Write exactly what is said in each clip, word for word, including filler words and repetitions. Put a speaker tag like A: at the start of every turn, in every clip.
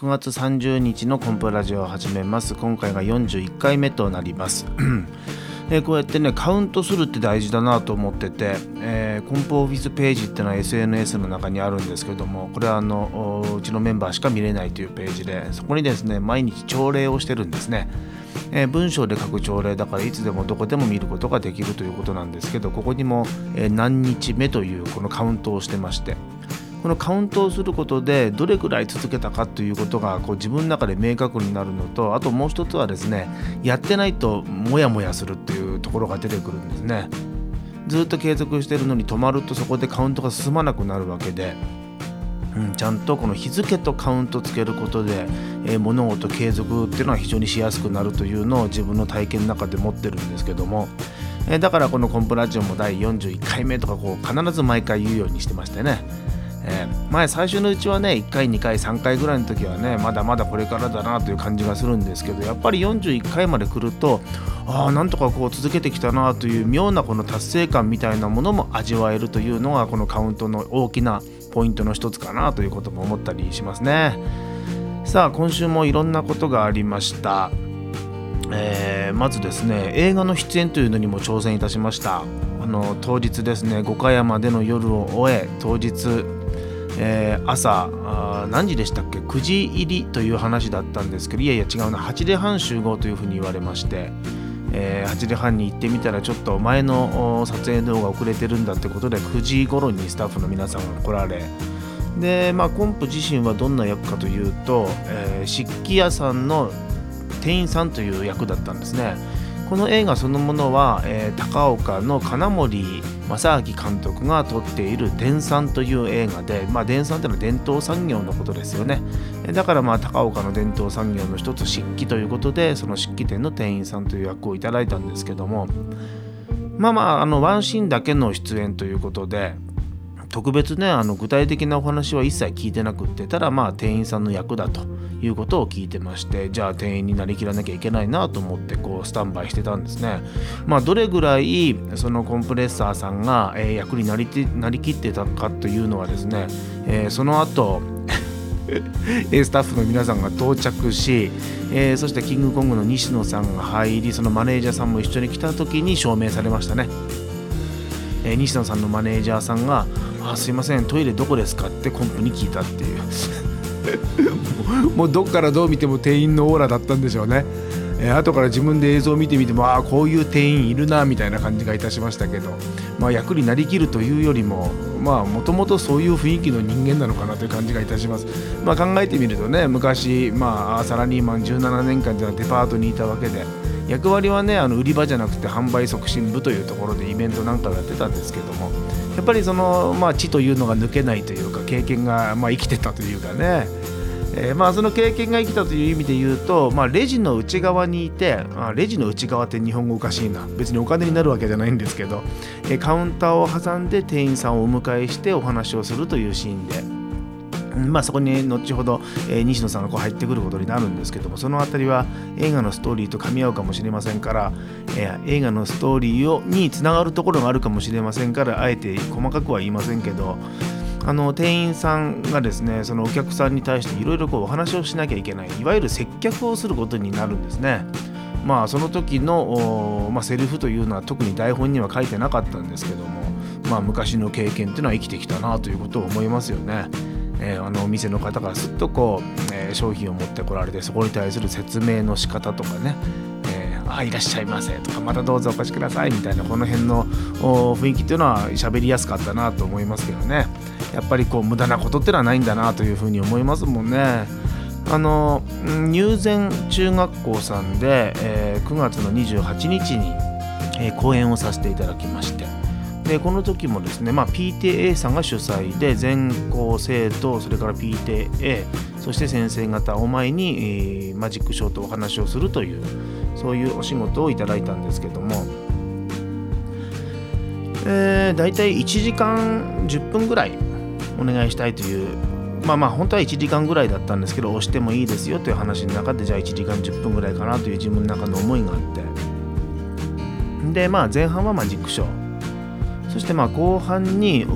A: くがつさんじゅうにちのコンプラジオを始めます。今回がよんじゅういっかいめとなりますえこうやってねカウントするって大事だなと思ってて、えー、コンプオフィスページっていうのは エスエヌエス の中にあるんですけども、これはあのうちのメンバーしか見れないというページで、そこにですね毎日朝礼をしてるんですね。えー、文章で書く朝礼だからいつでもどこでも見ることができるということなんですけど、ここにも、えー、何日目というこのカウントをしてまして、このカウントをすることでどれくらい続けたかということがこう自分の中で明確になるのと、あともう一つはですね、やってないとモヤモヤするっていうところが出てくるんですね。ずっと継続してるのに止まるとそこでカウントが進まなくなるわけで、うん、ちゃんとこの日付とカウントつけることで、えー、物事継続っていうのは非常にしやすくなるというのを自分の体験の中で持ってるんですけども、えー、だからこのコンプラジオもだいよんじゅういっかいめとかこう必ず毎回言うようにしてましてね、えー、前最初のうちはねいっかいにかいさんかいぐらいの時はねまだまだこれからだなという感じがするんですけど、やっぱりよんじゅういっかいまで来ると、ああなんとかこう続けてきたなという妙なこの達成感みたいなものも味わえるというのがこのカウントの大きなポイントの一つかなということも思ったりしますね。さあ今週もいろんなことがありました。えー、まずですね映画の出演というのにも挑戦いたしました。あの当日ですね五箇山での夜を終え、当日えー、朝あ何時でしたっけ、くじ入りという話だったんですけど、いやいや違うな、はちじはん集合というふうに言われまして、えー、はちじはんに行ってみたらちょっと前の撮影動画遅れてるんだってことでくじ頃にスタッフの皆さんが来られ、で、まあ、コンプ自身はどんな役かというと、えー、漆器屋さんの店員さんという役だったんですね。この映画そのものは、えー、高岡の金森正明監督が撮っている伝産という映画で、まあ、伝産というのは伝統産業のことですよね。だからまあ高岡の伝統産業の一つ漆器ということで、その漆器店の店員さんという役をいただいたんですけども、まあまああのワンシーンだけの出演ということで、特別ねあの具体的なお話は一切聞いてなくって、ただまあ店員さんの役だということを聞いてまして、じゃあ店員になりきらなきゃいけないなと思ってこうスタンバイしてたんですね。まあどれぐらいそのコンプレッサーさんが、えー、役になりてなりきってたかというのはですね、えー、その後スタッフの皆さんが到着し、えー、そしてキングコングの西野さんが入り、そのマネージャーさんも一緒に来た時に証明されましたね。えー、西野さんのマネージャーさんがあすいませんトイレどこですかってコンプに聞いたっていうもうどっからどう見ても店員のオーラだったんでしょうね。えー、後から自分で映像を見てみても、ああこういう店員いるなみたいな感じがいたしましたけど、まあ、役になりきるというよりもまあもともとそういう雰囲気の人間なのかなという感じがいたします。まあ、考えてみるとね、昔、まあ、サラリーマンじゅうななねんかんではデパートにいたわけで、役割はねあの売り場じゃなくて販売促進部というところでイベントなんかをやってたんですけども、やっぱりその、まあ、知というのが抜けないというか、経験が、まあ、生きてたというかね、えーまあ、その経験が生きたという意味で言うと、まあ、レジの内側にいて、あレジの内側って日本語おかしいな、別にお金になるわけじゃないんですけど、えー、カウンターを挟んで店員さんをお迎えしてお話をするというシーンで、まあ、そこに後ほど、えー、西野さんがこう入ってくることになるんですけども、そのあたりは映画のストーリーと噛み合うかもしれませんから、えー、映画のストーリーをにつながるところがあるかもしれませんから、あえて細かくは言いませんけど、あの店員さんがですねそのお客さんに対していろいろお話をしなきゃいけない、いわゆる接客をすることになるんですね。まあその時の、まあ、セリフというのは特に台本には書いてなかったんですけども、まあ、昔の経験っていうのは生きてきたなということを思いますよね。えー、あのお店の方がすっとこう、えー、商品を持ってこられて、そこに対する説明の仕方とかね、えー、あいらっしゃいませとか、またどうぞお越しくださいみたいな、この辺の雰囲気っていうのは喋りやすかったなと思いますけどね。やっぱりこう無駄なことってのはないんだなというふうに思いますもんね。あの入善中学校さんで、えー、くがつのにじゅうはちにちに、えー、講演をさせていただきまして、でこの時もですね、まあ、ピーティーエー さんが主催で、全校生徒、それから ピーティーエー、そして先生方を前に、えー、マジックショーとお話をするという、そういうお仕事をいただいたんですけども、えー、だいたいいちじかんじゅっぷんぐらいお願いしたいという、まあまあ本当はいちじかんぐらいだったんですけど、押してもいいですよという話の中で、じゃあいちじかんじゅっぷんぐらいかなという自分の中の思いがあって、でまあ前半はマジックショー、そしてまあ後半にお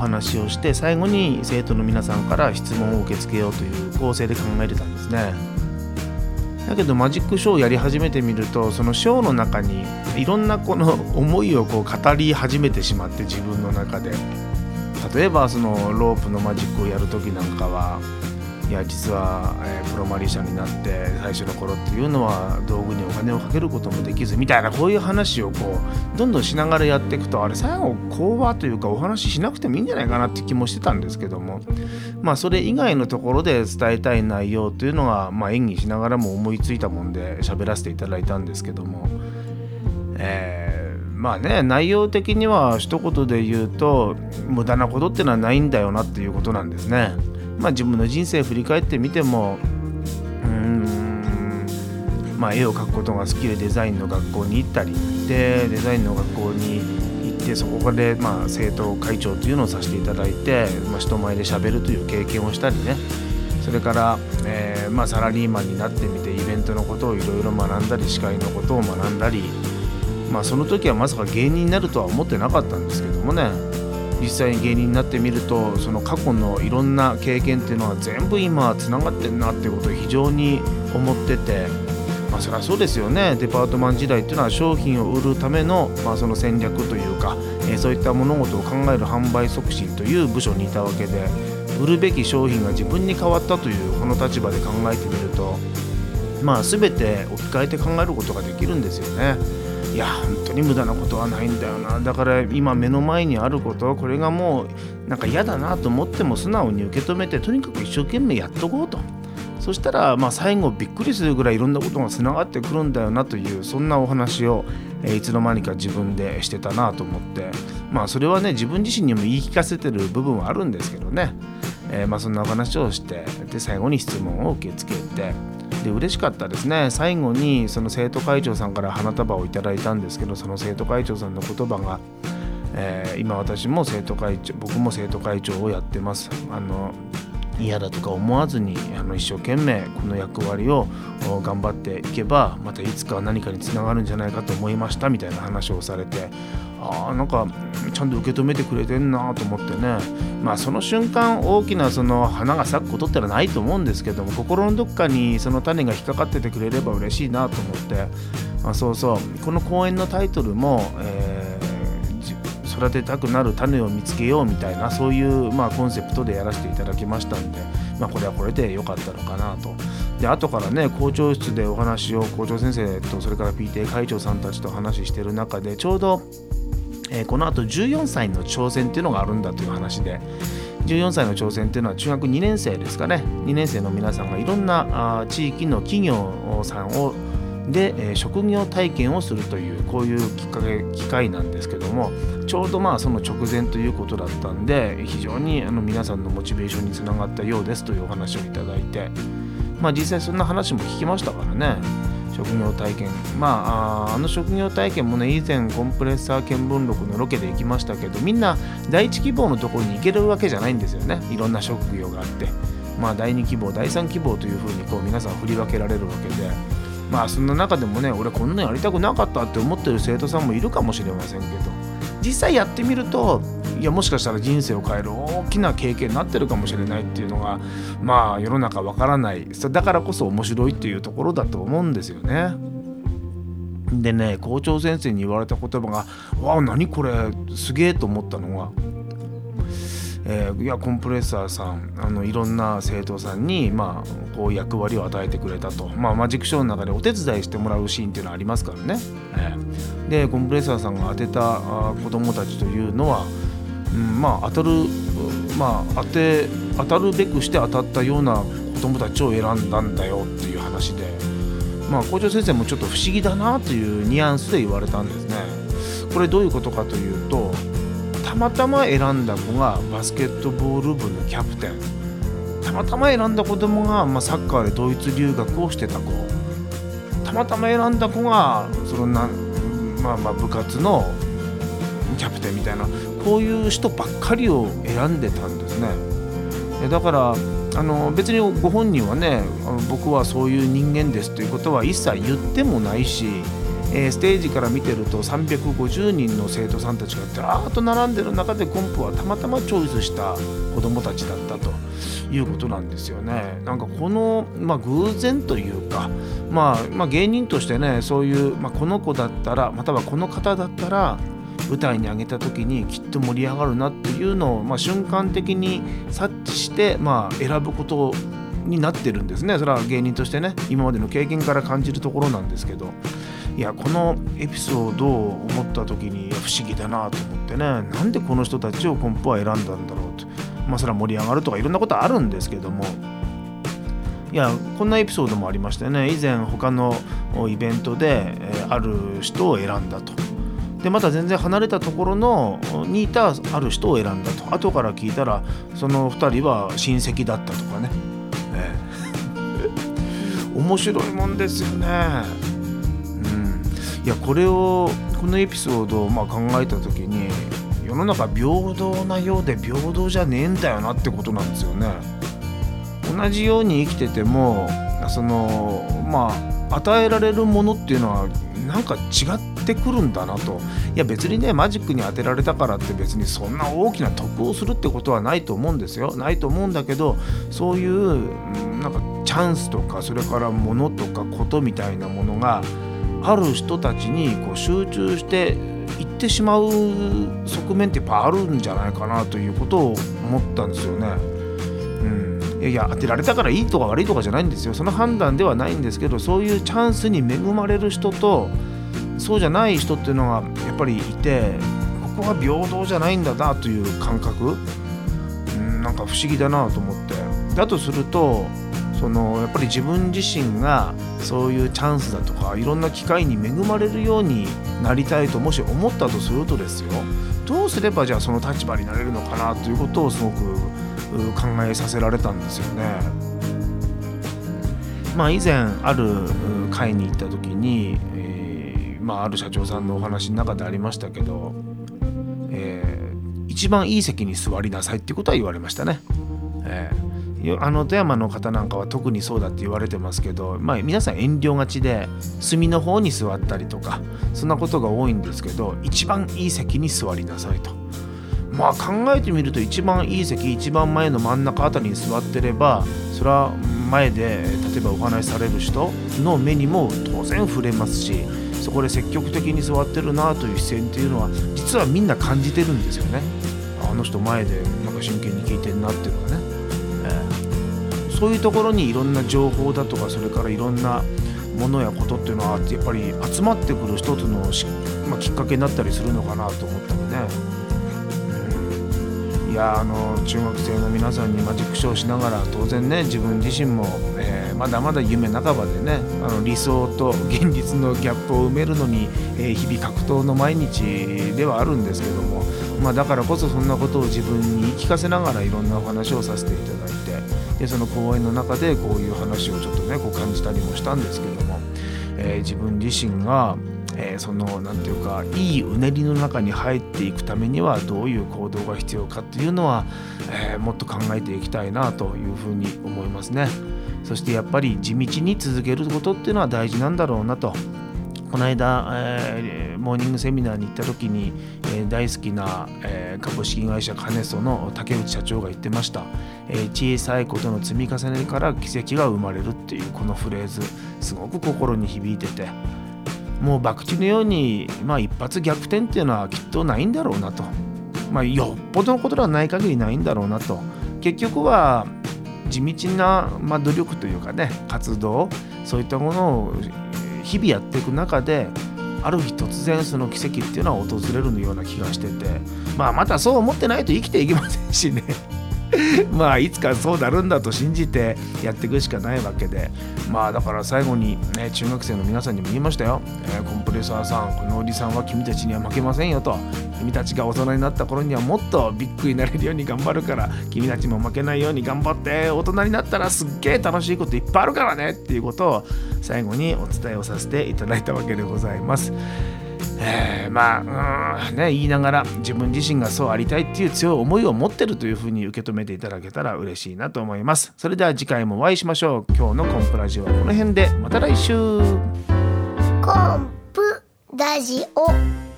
A: 話をして、最後に生徒の皆さんから質問を受け付けようという構成で考えてたんですね。だけどマジックショーをやり始めてみると、そのショーの中にいろんなこの思いをこう語り始めてしまって、自分の中で例えばそのロープのマジックをやるときなんかは、いや実は、えー、プロマリーシャになって最初の頃っていうのは道具にお金をかけることもできずみたいな、こういう話をこうどんどんしながらやっていくと、あれ最後講話というかお話ししなくてもいいんじゃないかなって気もしてたんですけども、まあそれ以外のところで伝えたい内容というのが、まあ、演技しながらも思いついたもんで喋らせていただいたんですけども、えー、まあね、内容的には一言で言うと、無駄なことってのはないんだよなっていうことなんですね。まあ自分の人生振り返ってみても、うーんまあ絵を描くことが好きでデザインの学校に行ったりで、デザインの学校に行ってそこでまあ生徒会長というのをさせていただいて、まあ、人前で喋るという経験をしたりね、それから、えーまあ、サラリーマンになってみてイベントのことをいろいろ学んだり、司会のことを学んだり、まあその時はまさか芸人になるとは思ってなかったんですけどもね、実際に芸人になってみると、その過去のいろんな経験っていうのは全部今つながってるなっていうことを非常に思ってて、まあそりゃそうですよね。デパートマン時代っていうのは商品を売るための、まあ、その戦略というか、えー、そういった物事を考える販売促進という部署にいたわけで、売るべき商品が自分に変わったというこの立場で考えてみると、まあ全て置き換えて考えることができるんですよね。いや本当に無駄なことはないんだよな。だから今目の前にあること、これがもうなんか嫌だなと思っても素直に受け止めて、とにかく一生懸命やっとこうと。そしたらまあ最後びっくりするぐらいいろんなことがつながってくるんだよなという、そんなお話を、えー、いつの間にか自分でしてたなと思って、まあそれはね自分自身にも言い聞かせてる部分はあるんですけどね、えー、まあそんなお話をして、で最後に質問を受け付けて、で嬉しかったですね。最後にその生徒会長さんから花束をいただいたんですけど、その生徒会長さんの言葉が、えー、今私も生徒会長僕も生徒会長をやってます。あの嫌だとか思わずに、あの一生懸命この役割を頑張っていけば、またいつか何かにつながるんじゃないかと思いましたみたいな話をされて、ああなんかちゃんと受け止めてくれてんなと思ってね。まあその瞬間大きなその花が咲くことってのはないと思うんですけども、心のどっかにその種が引っかかっててくれれば嬉しいなと思って、あそうそうこの講演のタイトルも、えー育てたくなる種を見つけようみたいな、そういう、まあ、コンセプトでやらせていただきましたんで、まあ、これはこれで良かったのかなと。で後からね校長室でお話を校長先生とそれから ピーティー 会長さんたちと話している中で、ちょうど、えー、この後じゅうよんさいの挑戦っていうのがあるんだという話で、じゅうよんさいの挑戦っていうのは中学にねん生ですかね。にねん生の皆さんがいろんなあ地域の企業さんをで、えー、職業体験をするというこういうきっかけ機会なんですけども、ちょうどまあその直前ということだったんで、非常にあの皆さんのモチベーションにつながったようですというお話をいただいて、まあ実際そんな話も聞きましたからね。職業体験、まあ あ, あの職業体験もね、以前コンプレッサー見聞録のロケで行きましたけど、みんな第一希望のところに行けるわけじゃないんですよね。いろんな職業があって、まあ第二希望第三希望というふうにこう皆さん振り分けられるわけで、まあそんな中でもね、俺こんなのやりたくなかったって思ってる生徒さんもいるかもしれませんけど、実際やってみると、いやもしかしたら人生を変える大きな経験になってるかもしれないっていうのが、まあ世の中わからない、だからこそ面白いっていうところだと思うんですよね。でね、校長先生に言われた言葉が、わあ何これすげえと思ったのが、えー、いやコンプレッサーさん、あのいろんな生徒さんに、まあ、こう役割を与えてくれたと、まあ、マジックショーの中でお手伝いしてもらうシーンっていうのはありますからね、えー、でコンプレッサーさんが当てた子どもたちというのは、うん、まあ当たる、まあ、当て当たるべくして当たったような子どもたちを選んだんだよっていう話で、まあ、校長先生もちょっと不思議だなというニュアンスで言われたんですね。これどういうことかというと、たまたま選んだ子がバスケットボール部のキャプテン、たまたま選んだ子供が、まあ、サッカーでドイツ留学をしてた子、たまたま選んだ子がそのな、まあ、まあ部活のキャプテンみたいな、こういう人ばっかりを選んでたんですね。だからあの別にご本人はね、あの僕はそういう人間ですということは一切言ってもないし、 えー、ステージから見てるとさんびゃくごじゅうにんの生徒さんたちがずらーっと並んでる中でコンプはたまたまチョイスした子どもたちだったということなんですよね。なんかこの、まあ、偶然というか、まあ、まあ芸人としてねそういう、まあ、この子だったらまたはこの方だったら舞台に上げた時にきっと盛り上がるなっていうのを、まあ、瞬間的に察知して、まあ、選ぶことになってるんですね。それは芸人としてね今までの経験から感じるところなんですけど、いやこのエピソードを思った時に不思議だなと思ってね、なんでこの人たちをコンプは選んだんだろうと、まあそれは盛り上がるとかいろんなことあるんですけども、いやこんなエピソードもありましてね、以前他のイベントで、えー、ある人を選んだと。でまた全然離れたところのにいたある人を選んだと。後から聞いたらそのふたりは親戚だったとかね、えー、面白いもんですよね。いやこれをこのエピソードをまあ考えた時に世の中平等なようで平等じゃねえんだよなってことなんですよね。同じように生きててもそのまあ与えられるものっていうのはなんか違ってくるんだなと。いや別にねマジックに当てられたからって別にそんな大きな得をするってことはないと思うんですよ。ないと思うんだけど、そういうなんかチャンスとかそれから物とかことみたいなものがある人たちにこう集中していってしまう側面ってやっぱあるんじゃないかなということを思ったんですよね。うん、いやいや当てられたからいいとか悪いとかじゃないんですよ。その判断ではないんですけど、そういうチャンスに恵まれる人とそうじゃない人っていうのがやっぱりいて、ここは平等じゃないんだなという感覚、うん、なんか不思議だなと思って。だとするとそのやっぱり自分自身がそういうチャンスだとかいろんな機会に恵まれるようになりたいともし思ったとするとですよ、どうすればじゃあその立場になれるのかなということをすごく考えさせられたんですよね。まあ以前ある会に行った時に、えーまあ、ある社長さんのお話の中でありましたけど、えー、一番いい席に座りなさいっていうことは言われましたね。えーあの富山の方なんかは特にそうだって言われてますけど、まあ、皆さん遠慮がちで隅の方に座ったりとかそんなことが多いんですけど、一番いい席に座りなさいと。まあ考えてみると一番いい席一番前の真ん中あたりに座ってればそれは前で例えばお話しされる人の目にも当然触れますし、そこで積極的に座ってるなという視線っていうのは実はみんな感じてるんですよね。あの人前でなんか真剣に聞いてるなっていうのはね。そういうところにいろんな情報だとかそれからいろんなものやことっていうのはやっぱり集まってくる一つの、まあ、きっかけになったりするのかなと思ったりね、うん、いやあの中学生の皆さんにマジックショーをしながら当然ね自分自身も、えー、まだまだ夢半ばでねあの理想と現実のギャップを埋めるのに、えー、日々格闘の毎日ではあるんですけども、まあ、だからこそそんなことを自分に言い聞かせながらいろんなお話をさせていただいて、でその講演の中でこういう話をちょっとねこう感じたりもしたんですけども、えー、自分自身が、えー、そのなんていうかいいうねりの中に入っていくためにはどういう行動が必要かっていうのは、えー、もっと考えていきたいなというふうに思いますね。そしてやっぱり地道に続けることっていうのは大事なんだろうなと。この間、えー、モーニングセミナーに行った時に、えー、大好きな、えー、株式会社カネソの竹内社長が言ってました、えー、小さいことの積み重ねから奇跡が生まれるっていうこのフレーズすごく心に響いてて、もう博打のように、まあ、一発逆転っていうのはきっとないんだろうなと、まあ、よっぽどのことではない限りないんだろうなと。結局は地道な、まあ、努力というかね活動そういったものを日々やっていく中である日突然その奇跡っていうのは訪れるような気がしてて、まあまたそう思ってないと生きていけませんしねまあいつかそうなるんだと信じてやっていくしかないわけで、まあだから最後に、ね、中学生の皆さんにも言いましたよ、えー、コンプレッサーさんこのおじさんは君たちには負けませんよと。君たちが大人になった頃にはもっとビッグになれるように頑張るから君たちも負けないように頑張って、大人になったらすっげえ楽しいこといっぱいあるからねっていうことを最後にお伝えをさせていただいたわけでございます。えー、まあ、うんね、言いながら自分自身がそうありたいっていう強い思いを持ってるというふうに受け止めていただけたら嬉しいなと思います。それでは次回もお会いしましょう。今日のコンプラジオはこの辺で、また来週。
B: コンプラジオ